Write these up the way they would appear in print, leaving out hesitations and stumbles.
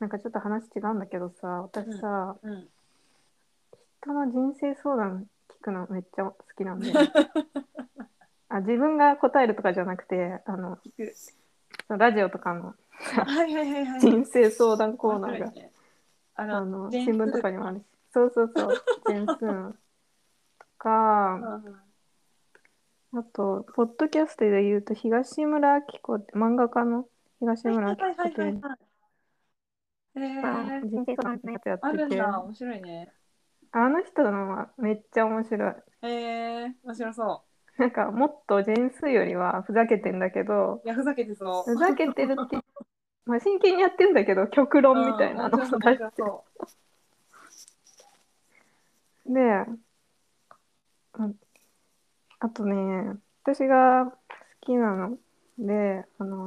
なんかちょっと話違うんだけどさ、私うん。 さ、 うん。 人の人生相談聞くのめっちゃ好きなんだよね。あ、自分が答えるとかじゃなくて、 聞く。 そのラジオとかのさ、 はいはいはいはいはい。 人生相談コー面ナーが、 白いね。ジェーンス新聞とかにもあるし、そうそうそう、ジェーンスーンとか、 ーン。はあと、ポッドキャストで言うと、東村明子って、漫画家の東い村明はいはい子って、 はいはい。 人生相談のやつやってて、 あるんだ。面白いね。 あの人のはめっちゃ面白い。 面白そなんかもっとジェーンスーよりはふざけう。うん。 てんだけど、 いや、ふざけてそふざう。 けてるって、まあ、真剣にやってんだけど、極うん、 論みたいなのを出面白そう、面して。 白そで、ああとね、私が好きなので、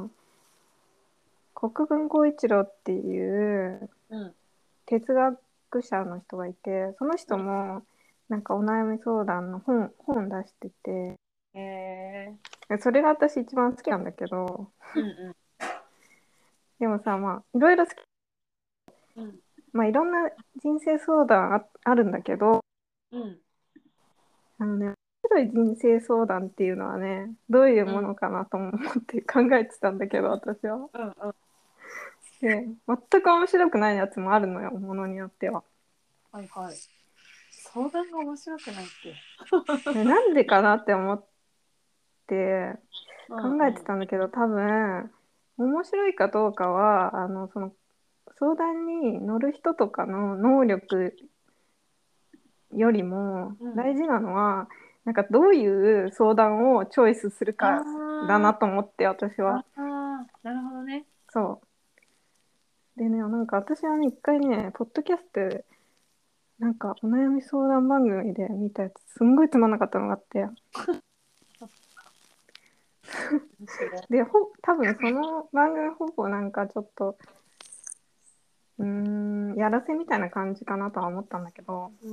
国分光一郎っていうう。うん。 哲学者の人がいて、その人うん。 もなんかお悩み相談の本出してて、でそれが私一番好きなんだけど、 うんうでもさ、まあ、いろいろ好き、 ん。うん。 まあ、いろんな人生相談あるんだけど、 うん。 面白い人生相談っていうのはね、どういううん。 ものかなと思って考えてたんだけど、私は。 うん。うん。 で、全く面白くないやつもあるのよ、ものによっては。 はいはい。相談が面白くないって。 でなんでかなって思ってうん考えてうん。 たんだけど、多分、面白いかどうかは、相談に乗る人とかの能力よりもうん。 大事なのは、なんかどういう相談をチョイスするかだなあと思って、私あ、 は。 なるほどね。 そう。でね、なんか私はね、一回ね、ポッドキャストで、なんかお悩み相談番組で見たやつ、すんごいつまんなかったのがあって、 面白い。 で、多分その番組ほぼなんかちょっと、やらせみたいな感じかなとは思ったんだけど、 うん。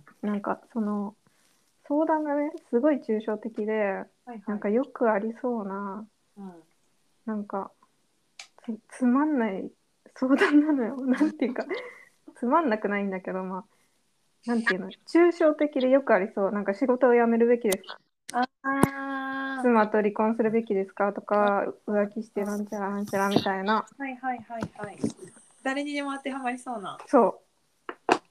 なんかその相談がね、すごい抽象的で、なんはいはい。 かよくありそうな、 うん。 なんかつまんない相談なのよ。なんていうか、つまんなくないんだけど、まあ、なんていうの、抽象的でよくありそう。なんか仕事を辞めるべきですか、 ああ、 妻と離婚するべきですかとあか、 あ、 浮気してなんちゃらなんちゃらみたいな。 はいはいはいはい。誰にでも当てはまりそうな。 そう。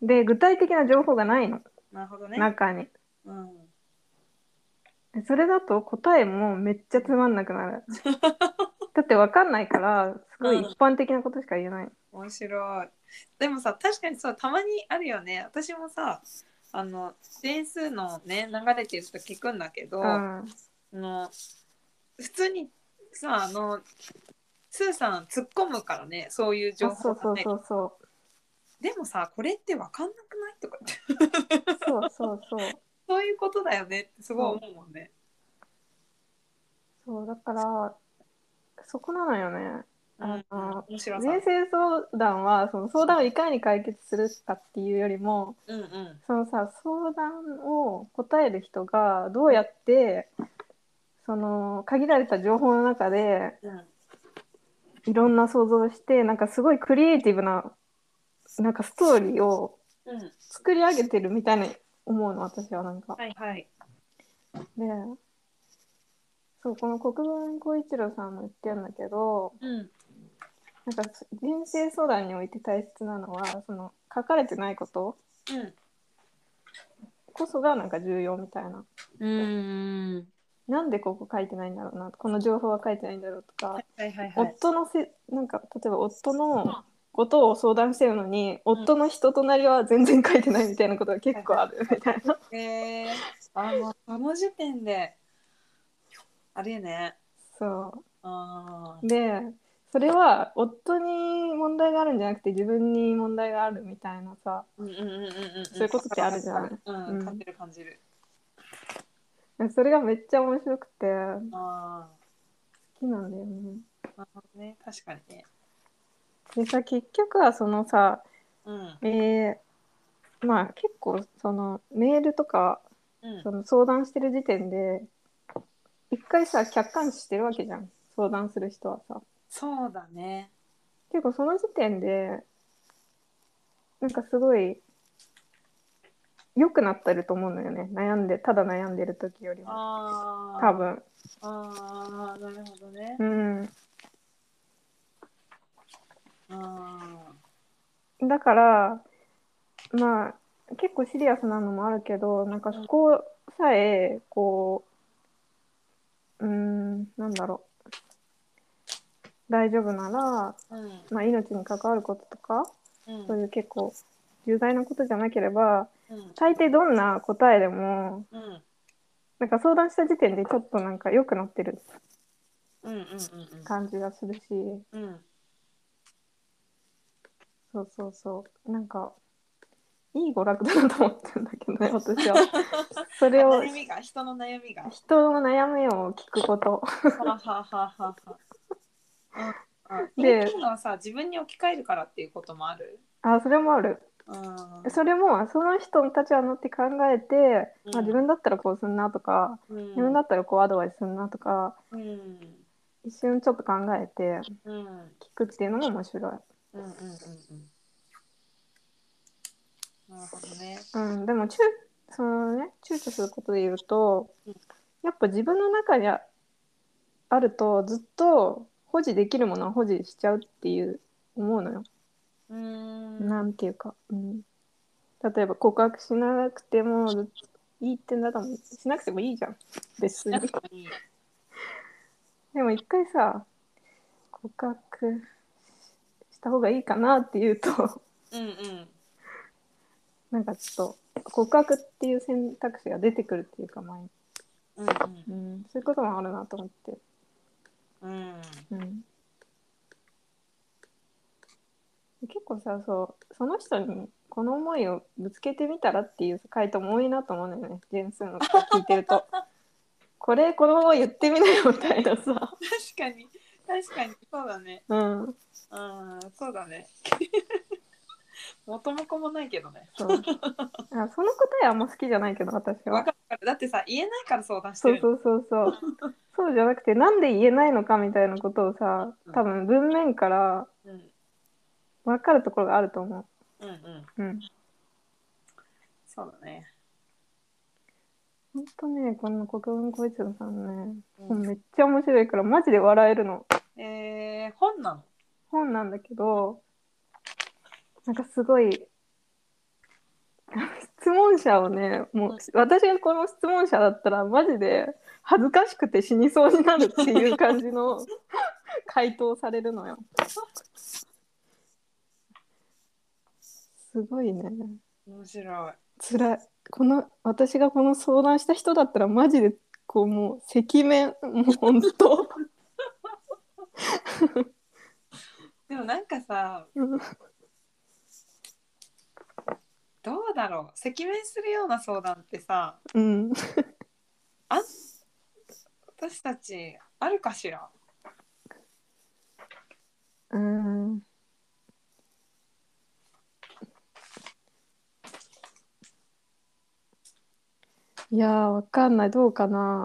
で、具体的な情報がないの、 なるほどね。 中に。 うん。 それだと答えもめっちゃつまんなくなる。だってわかんないから、すごい一うん。 般的なことしか言えない。 面白い。でもさ、確かにそう、たまにあるよね。私もさ、点数のね、流れてると聞くんだけうど、 ん。 あの普通にさ、スーさん突っ込むからね、そういうあ、 情報がない。 そうそうそうそう。 でもさ、これって分かんなくないとか言って。 そうそうそう。 そういうことだよねってすごいそう。 思うもんね。 そう、だから、そこなのよね。 うん、面白さね。 人生相談は、その相談をいかに解決するかっていうよりも、 うんうん。 そのさ、相談を答える人がどうやって、その限られた情報の中でうん。 いろんな想像をして、なんかすごいクリエイティブな、なんかストーリーをうん。 作り上げてるみたいな思うの、私はなんか。 はいはい。 で、そう、この国分光一郎さんも言ってるんだけど、 うん。 なんか人生相談において大切なのは、その書かれてないことうん。 こそがなんか重要みたいな。 うーん。 なんでここ書いてないんだろうな、この情報は書いてないんだろうとか、 はいはいはいはい。 なんか例えば夫のことを相談してるのに、 うん。 夫の人となりは全然書いてないみたいなことがはいはい結構あるみたいな。 もうその時点で、あれね。 そああ。 う。で、それは夫に問題があるんじゃなくて自分に問題があるみたいなさ、 うんうんうんうんうんうん。 そういうことってわかるわあるじゃない。 かるわかる。うん、感うん。 じる感じる。 それがめっちゃ面白くてあ好きなんだよね。 あ、なるほどね。確かにね。 でさ、結局はそのさ、 うん。 えまあ結構そのメールとかうん。 その相談してる時点で一回さ客観視してるわけじゃん、相談する人はさ。 そうだね。 結構その時点でなんかすごい良くなってると思うのよね。ただ悩んでる時よりも。多あ分。 あ、ああ、なるほどね。 うん。 あだから、まあ、結構シリアスなのもあるけど、なんかあ、うん、 そこさえ、なんだろう、大丈夫なら、 うん、 まあ、命に関わることとか、 うん、 そういう結構重大なことじゃなければ、 うん、 大抵どんな答えでも、 うん、 なんか相談した時点でちょっとなんか良くなってるうん、うん、 感じがするし、 うん、うん。 そうそうそう、なんかいい娯楽だなと思ってるんだけどね、私は。そあ、 れを悩みが、人の悩みが。 人の悩みを聞くこと。 ははははは。うん、あ、言いたで、 いのはさ、自分に置き換えるからっていうこともある。 あ、それもある。 うん、 それもその人たちは乗って考えて、まあ、自うん、 分だったらこうすんなとか、 うん、 自分だったらこうアドバイスすんなとか、 うん、 一瞬ちょっと考えてうん、うん、 聞くっていうのも面白い。 うん、うん、うん。なるほどね。 うん、でもそのね、躊躇することで言うと、 うん、 やっぱ自分の中にあるとずっと保持できるものは保持しちゃうっていう思うのよ。 うーん、 なんていうか、うん、例えば告白しなくてもいいってならしなくてもいいじゃん、別に。 しなくてもいい。 でも一回さ、告白した方がいいかなっていうと、 うん、うん、 なんかちょっと告白っていう選択肢が出てくるっていうか前に、 うん、うん、 うん、そういうこともあるなと思って、 うん。 うん、結構さ、その人にこの思いをぶつけてみたらっていう回答も多いなと思うのよね、ジェーンスーの聞いてると。この思い言ってみなよみたいなさ。 確かに、確かに、そうだね。 うん、 うん、そうだね。元も子もないけどね。 そうその答えはあんま好きじゃないけど私は。 わかるわかる。だってさ、言えないから相談してるそうそうそうそう。そうじゃなくてなんで言えないのかみたいなことをさ、 の。 多分文面からうん、うん、 分かるところがあると思うん、うん。 う。うん。 そうだね。 ほんとね、この国分光一郎さんね、 うん。 本めっちゃ面白いからマジで笑えるの。 本なの？ 本なんだけど、なんかすごい、質問者をね、もううん。 私がこの質問者だったらマジで恥ずかしくて死にそうになるっていう感じの回答されるのよ。すごいね。 面白い。 辛い。私がこの相談した人だったらマジでもう赤面、もう本当。 でもなんかさ、どうだろう。赤面するような相談ってさ、 うん。 あ、私たちあるかしら？ うん。いやー、わかんない。どうかな。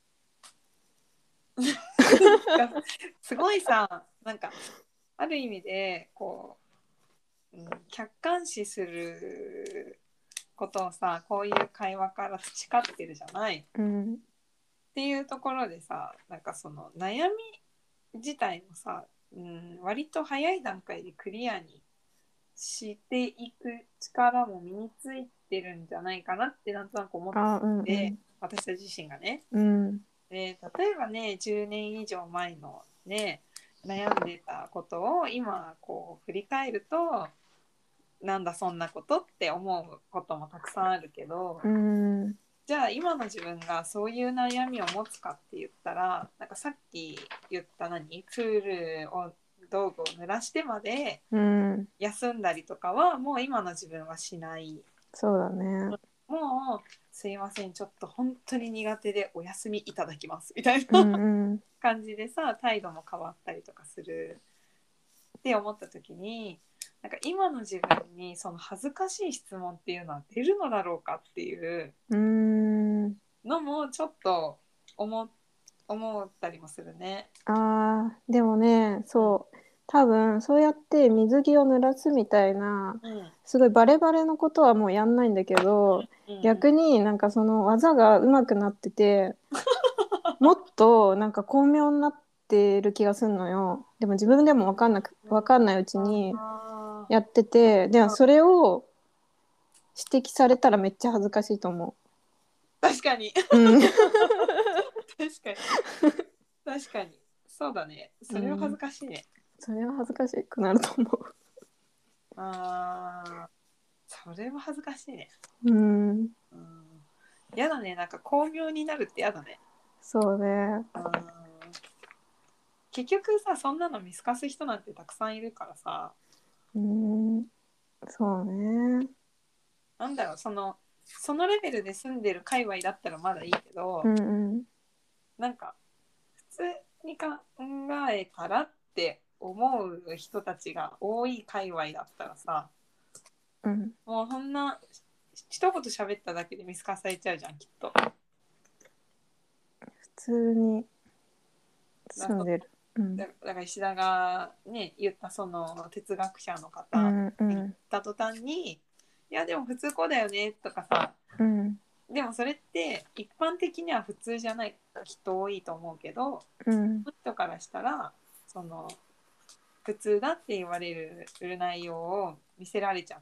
すごいさ、なんか、ある意味で、こう、うん、客観視することをさ、こういう会話から培ってるじゃないっうん。 ていうところでさ、なんかその悩み自体もさ、うん、割と早い段階でクリアにしていく力も身についてるんじゃないかなってなんとなく思っあ、うんうて、 ん。 私たち自身がね。 うん。 で、例えばね、10年以上前のね、悩んでたことを今こう振り返ると、なんだそんなことって思うこともたくさんあるけど、 うん。 じゃあ今の自分がそういう悩みを持つかって言ったら、なんかさっき言ったプールを道具を濡らしてまでうん。 休んだりとかはもう今の自分はしない。 そうだね。 もうすいません、ちょっと本当に苦手でお休みいただきますみたいうなんうん。 感じでさ、態度も変わったりとかするって思った時に、なんか今の自分にその恥ずかしい質問っていうのは出るのだろうかっていううん。 のもちょっと思ったりもするね。 ああ、でもね、 うん、 そう。 多分そうやって水着を濡らすみたいなうんすごいバレバレのことはもうやんないんだけど、 うん逆になんかその技が上手くなってて、もっとなんか巧妙になってる気がするのよ。でも自分でも分かんないうちにあやってて、でもあ、 それを指摘されたらめっちゃ恥ずかしいと思確かに。 う。うん。 確かに。確かに。そうだね。それは恥ずうん。 かしいね。 それは恥ずかしくなると思ああ、それは恥ずかしいね。 う。うん。 うん。やだね。なんか巧妙になるってやだね。 そうね。 うん。結局さ、そんなの見透かす人なんてたくさんいるからさ、 うん。そうね。 なんだろう、そのレベルで住んでる界隈だったらまだいいけど、 うんうん。 なんか普通に考えたらって思う人たちが多い界隈だったらさ、 うん。 もうそんな一言喋っただけで見透かされちゃうじゃん、きっと。 普通にだ住んでる。うん。 だから石田がね言ったその哲学者のう方んうに言っんた途端に「いやでも普通こうだよね」とかさ、 うんでもそれって一般的には普通じゃない人多いと思うけど、 うん人からしたらその普通だって言われる内容を見せられちゃって、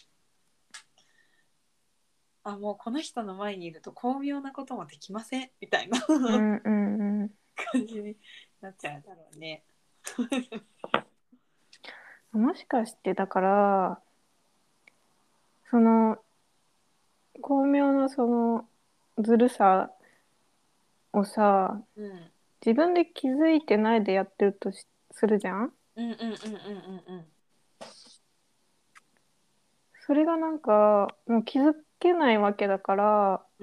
あ、もうこの人の前にいると巧妙なこともできませんみたいなうんうんうん。 感じになっちゃうだろうね。 もしかしてだからその巧妙なそのずるさをさ、 うん、 自分で気づいてないでやってるとするじゃん。 うんうんうんうんうんうん。 それがなんかもう気づけないわけだからうん、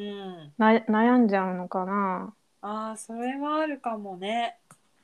悩んじゃうのかな。 ああ、それはあるかもね。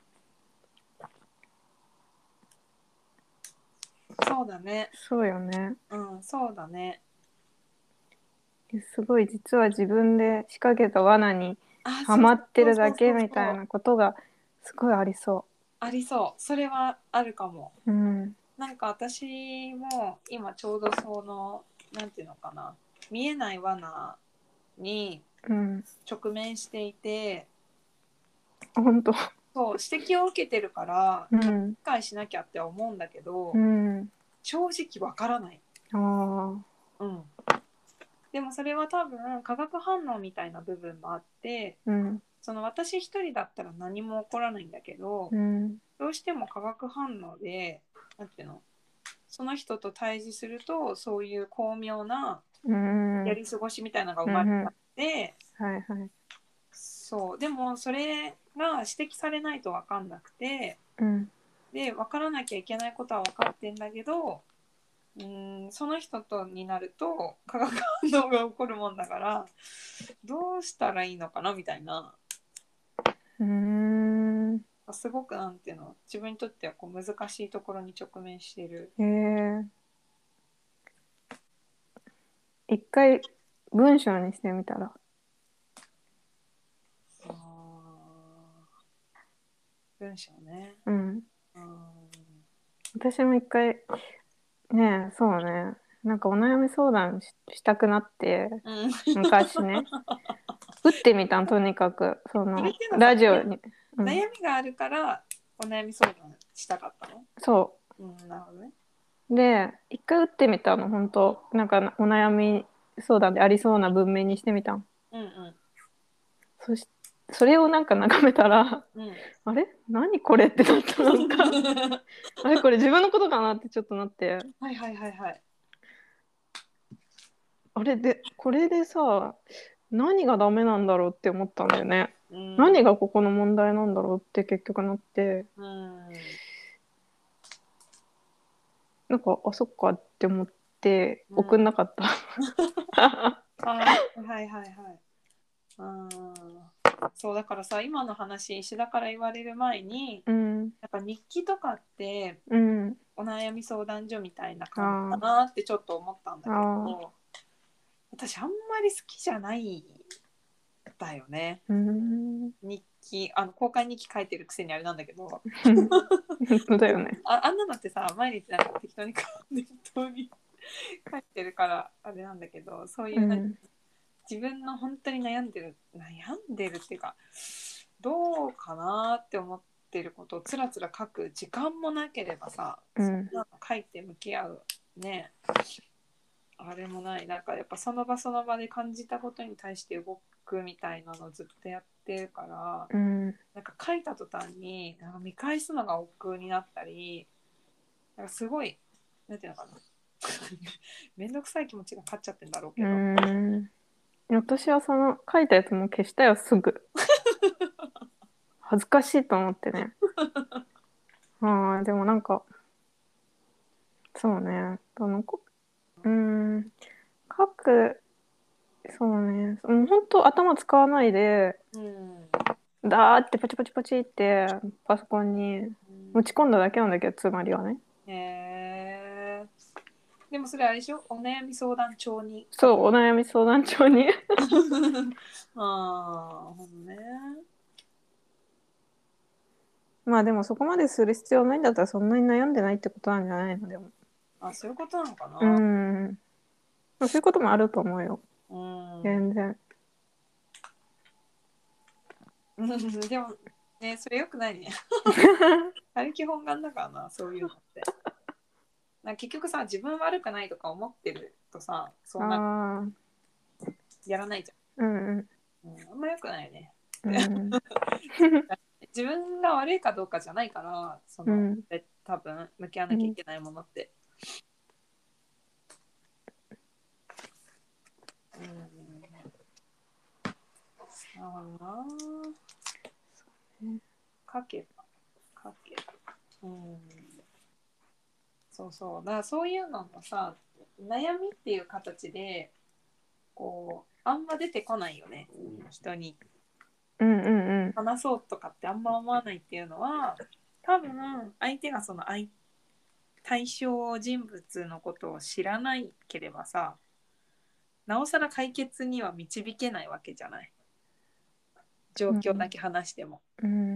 そうだね。 そうよね。 うん、そうだね。 すごい実は自分で仕掛けた罠にあ、そうはまってそうそうるだけそうそう。 みたいなことがすごいありそありそう。それはあるかも。 う。うん。 なんか私も今ちょうどその、なんていうのかな。見えない罠にうん。 直面していて、 本当。 そう、指摘を受けてるから、理うん。 解しなきゃって思うんだけうど、 ん。 正直わからない。 ああ。 うん。でもそれは多分化学反応みたいな部分もあって、 うん。 その私一人だったら何も起こらないんだけど、 うん。 どうしても化学反応で、なんていうの、その人と対峙すると、そういう巧妙なうん。うん。 やり過ごしみたいなのが生うん。 まれちゃって、 はいはい。 そう、でもそれが指摘されないと分かんなくて、 うん。 で、分からなきゃいけないことは分かってんだけど、その人とになると化学反応が起こるもんだから、どうしたらいいのかなみたいな、 うーん。 すごくなんていうの、自分にとってはこう難しいところに直面している。 えー、一回文章にしてみたら。 文章ね。 うん。 うん。 私も一回、ねえ、そうね。なんかお悩み相談したくなって、 うん。 昔ね。打ってみたん、とにかく。その、 それっていうのはさ、 ラジオに。うん。 悩みがあるからお悩み相談したかったの？ そうん、なるほどね。 う。で、一回打ってみたの、本当なんかお悩み相談でありそうな文面にしてみたん。 うんうんそし、それをなんか眺めたら、 うん。 あれ何これってなった、なんか。あれこれ自分のことかなってちょっとなって。 はいはいはいはい。 あれで、これでさ、何がダメなんだろうって思ったんだよね。 うん。 何がここの問題なんだろうって結局なって、 うん。 なんか、あ、そっかって思ってうん。 送んなかった。 あー、はいはいはい。うん。そうだからさ、今の話、石田から言われる前に、 うん、 やっぱ日記とかってうん、 お悩み相談所みたいな感じかあなってちょっと思ったんだあ、 けああ、 ど、私あんまり好きじゃないだよね。日記交換日記書いてるくせにあれなんだけど本当だよね。 あんなのってさ毎日なんか適当に書いてるからあれなんだけど、そういう自分の本当に悩んでるっていうかどうかなって思ってることをつらつら書く時間もなければさ、そんなの書いて向き合うねあれもない。なんかやっぱその場その場で感じたことに対して動くみたいなのをずっとやってるから、なんか書いた途端になんか見返すのが億劫になったり、なんかすごいなんていうのかなめんどくさい気持ちが勝っちゃってんだろうけど、 私はその書いたやつも消したよ、すぐ。恥ずかしいと思ってね。でもなんか、そうね。書く、そうね。もう本当頭使わないで、だーってパチパチパチってパソコンに持ち込んだだけなんだけど、つまりはね。 でもそれあれでしょ、お悩み相談帳にそう、お悩み相談帳に。 ほんね。 まあでもそこまでする必要ないんだったらそんなに悩んでないってことなんじゃないのでも。 そういうことなのかな。 そういうこともあると思うよ。全然。 でもね、それよくないね。他力本願だからな、そういうのって。結局さ、自分悪くないとか思ってるとさ、そんなやらないじゃん。あんまよくないよね。自分が悪いかどうかじゃないから、多分向き合わなきゃいけないものって。なるほどな。書けば。そうそう。だからそういうのもさ、悩みっていう形で、こう、あんま出てこないよね。人に話そうとかってあんま思わないっていうのは、多分相手がその対象人物のことを知らないければさ、なおさら解決には導けないわけじゃない。状況だけ話しても。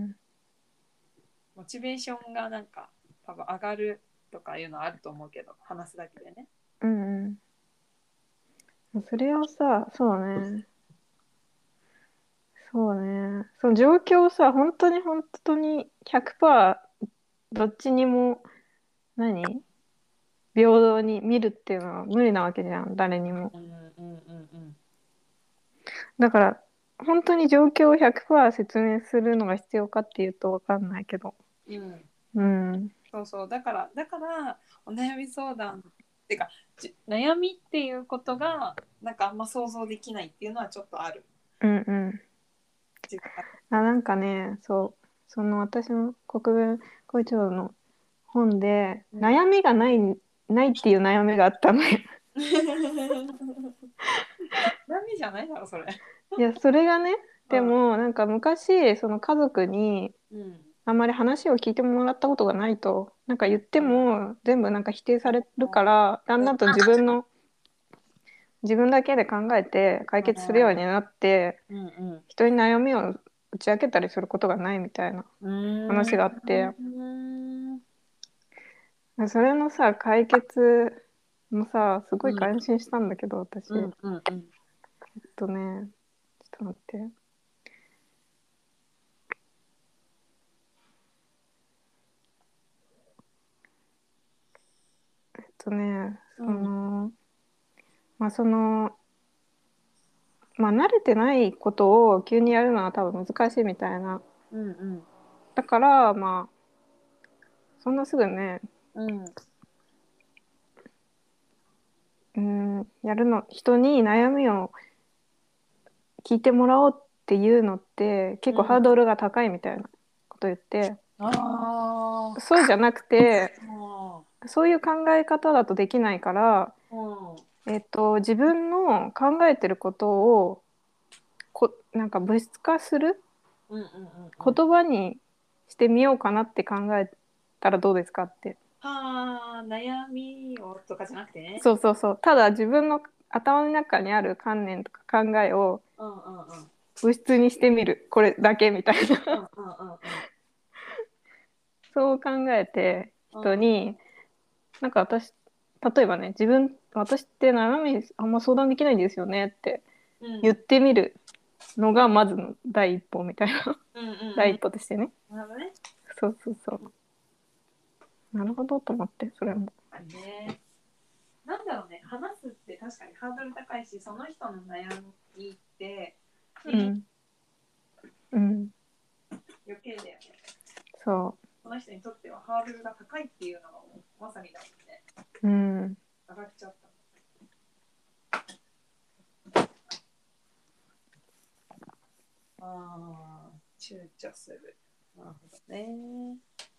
モチベーションがなんか多分上がるとかいうのはあると思うけど、話すだけでね。 それをさ、そうね。そうね。その状況をさ、本当に本当に100%どっちにも平等に見るっていうのは無理なわけじゃん、誰にも。だから本当に状況を100%説明するのが必要かっていうと分かんないけど。 そうそう。だからお悩み相談っていうか悩みっていうことがなんかあんま想像できないっていうのはちょっとある。 なんかね、その私の国分校長の本で、悩みがないっていう悩みがあったのよ。 悩みじゃないだろそれ。 いや、それがね、でもなんか昔その家族にあんまり話を聞いてもらったことがないと、なんか言っても全部なんか否定されるから、だんだんと自分だけで考えて解決するようになって、人に悩みを打ち明けたりすることがないみたいな話があって、それのさ解決もさすごい感心したんだけど、私。ちょっと待って。慣れてないことを急にやるのは多分難しいみたいな。だからそんなすぐね、やるの、人に悩みを聞いてもらおうっていうのって結構ハードルが高いみたいなこと言って、そうじゃなくて、そういう考え方だとできないから、自分の考えてることをなんか物質化する、言葉にしてみようかなって考えたらどうですかって。 悩みをとかじゃなくてね。 そう。ただ自分の頭の中にある観念とか考えを物質にしてみる、これだけみたいな。 うんうんうんそう考えてうんうん人に、なんか例えばね、私って悩みあんま相談できないんですよねって言っうんてみるのがまずの第一歩みたいな。 うんうん第一うん。 歩としてね。 なるほどね。 そうそうそう。なるほどと思って、それも。 あれね。なんだろうね、話すって確かにハードル高いし、その人の悩みって耳うん。うん。 余計だよね。 そその人にとってはハードルが高いっていうのがもうまさにだもんね。 う。うん。 上がっちゃった。ああ、躊躇する。なるほどね。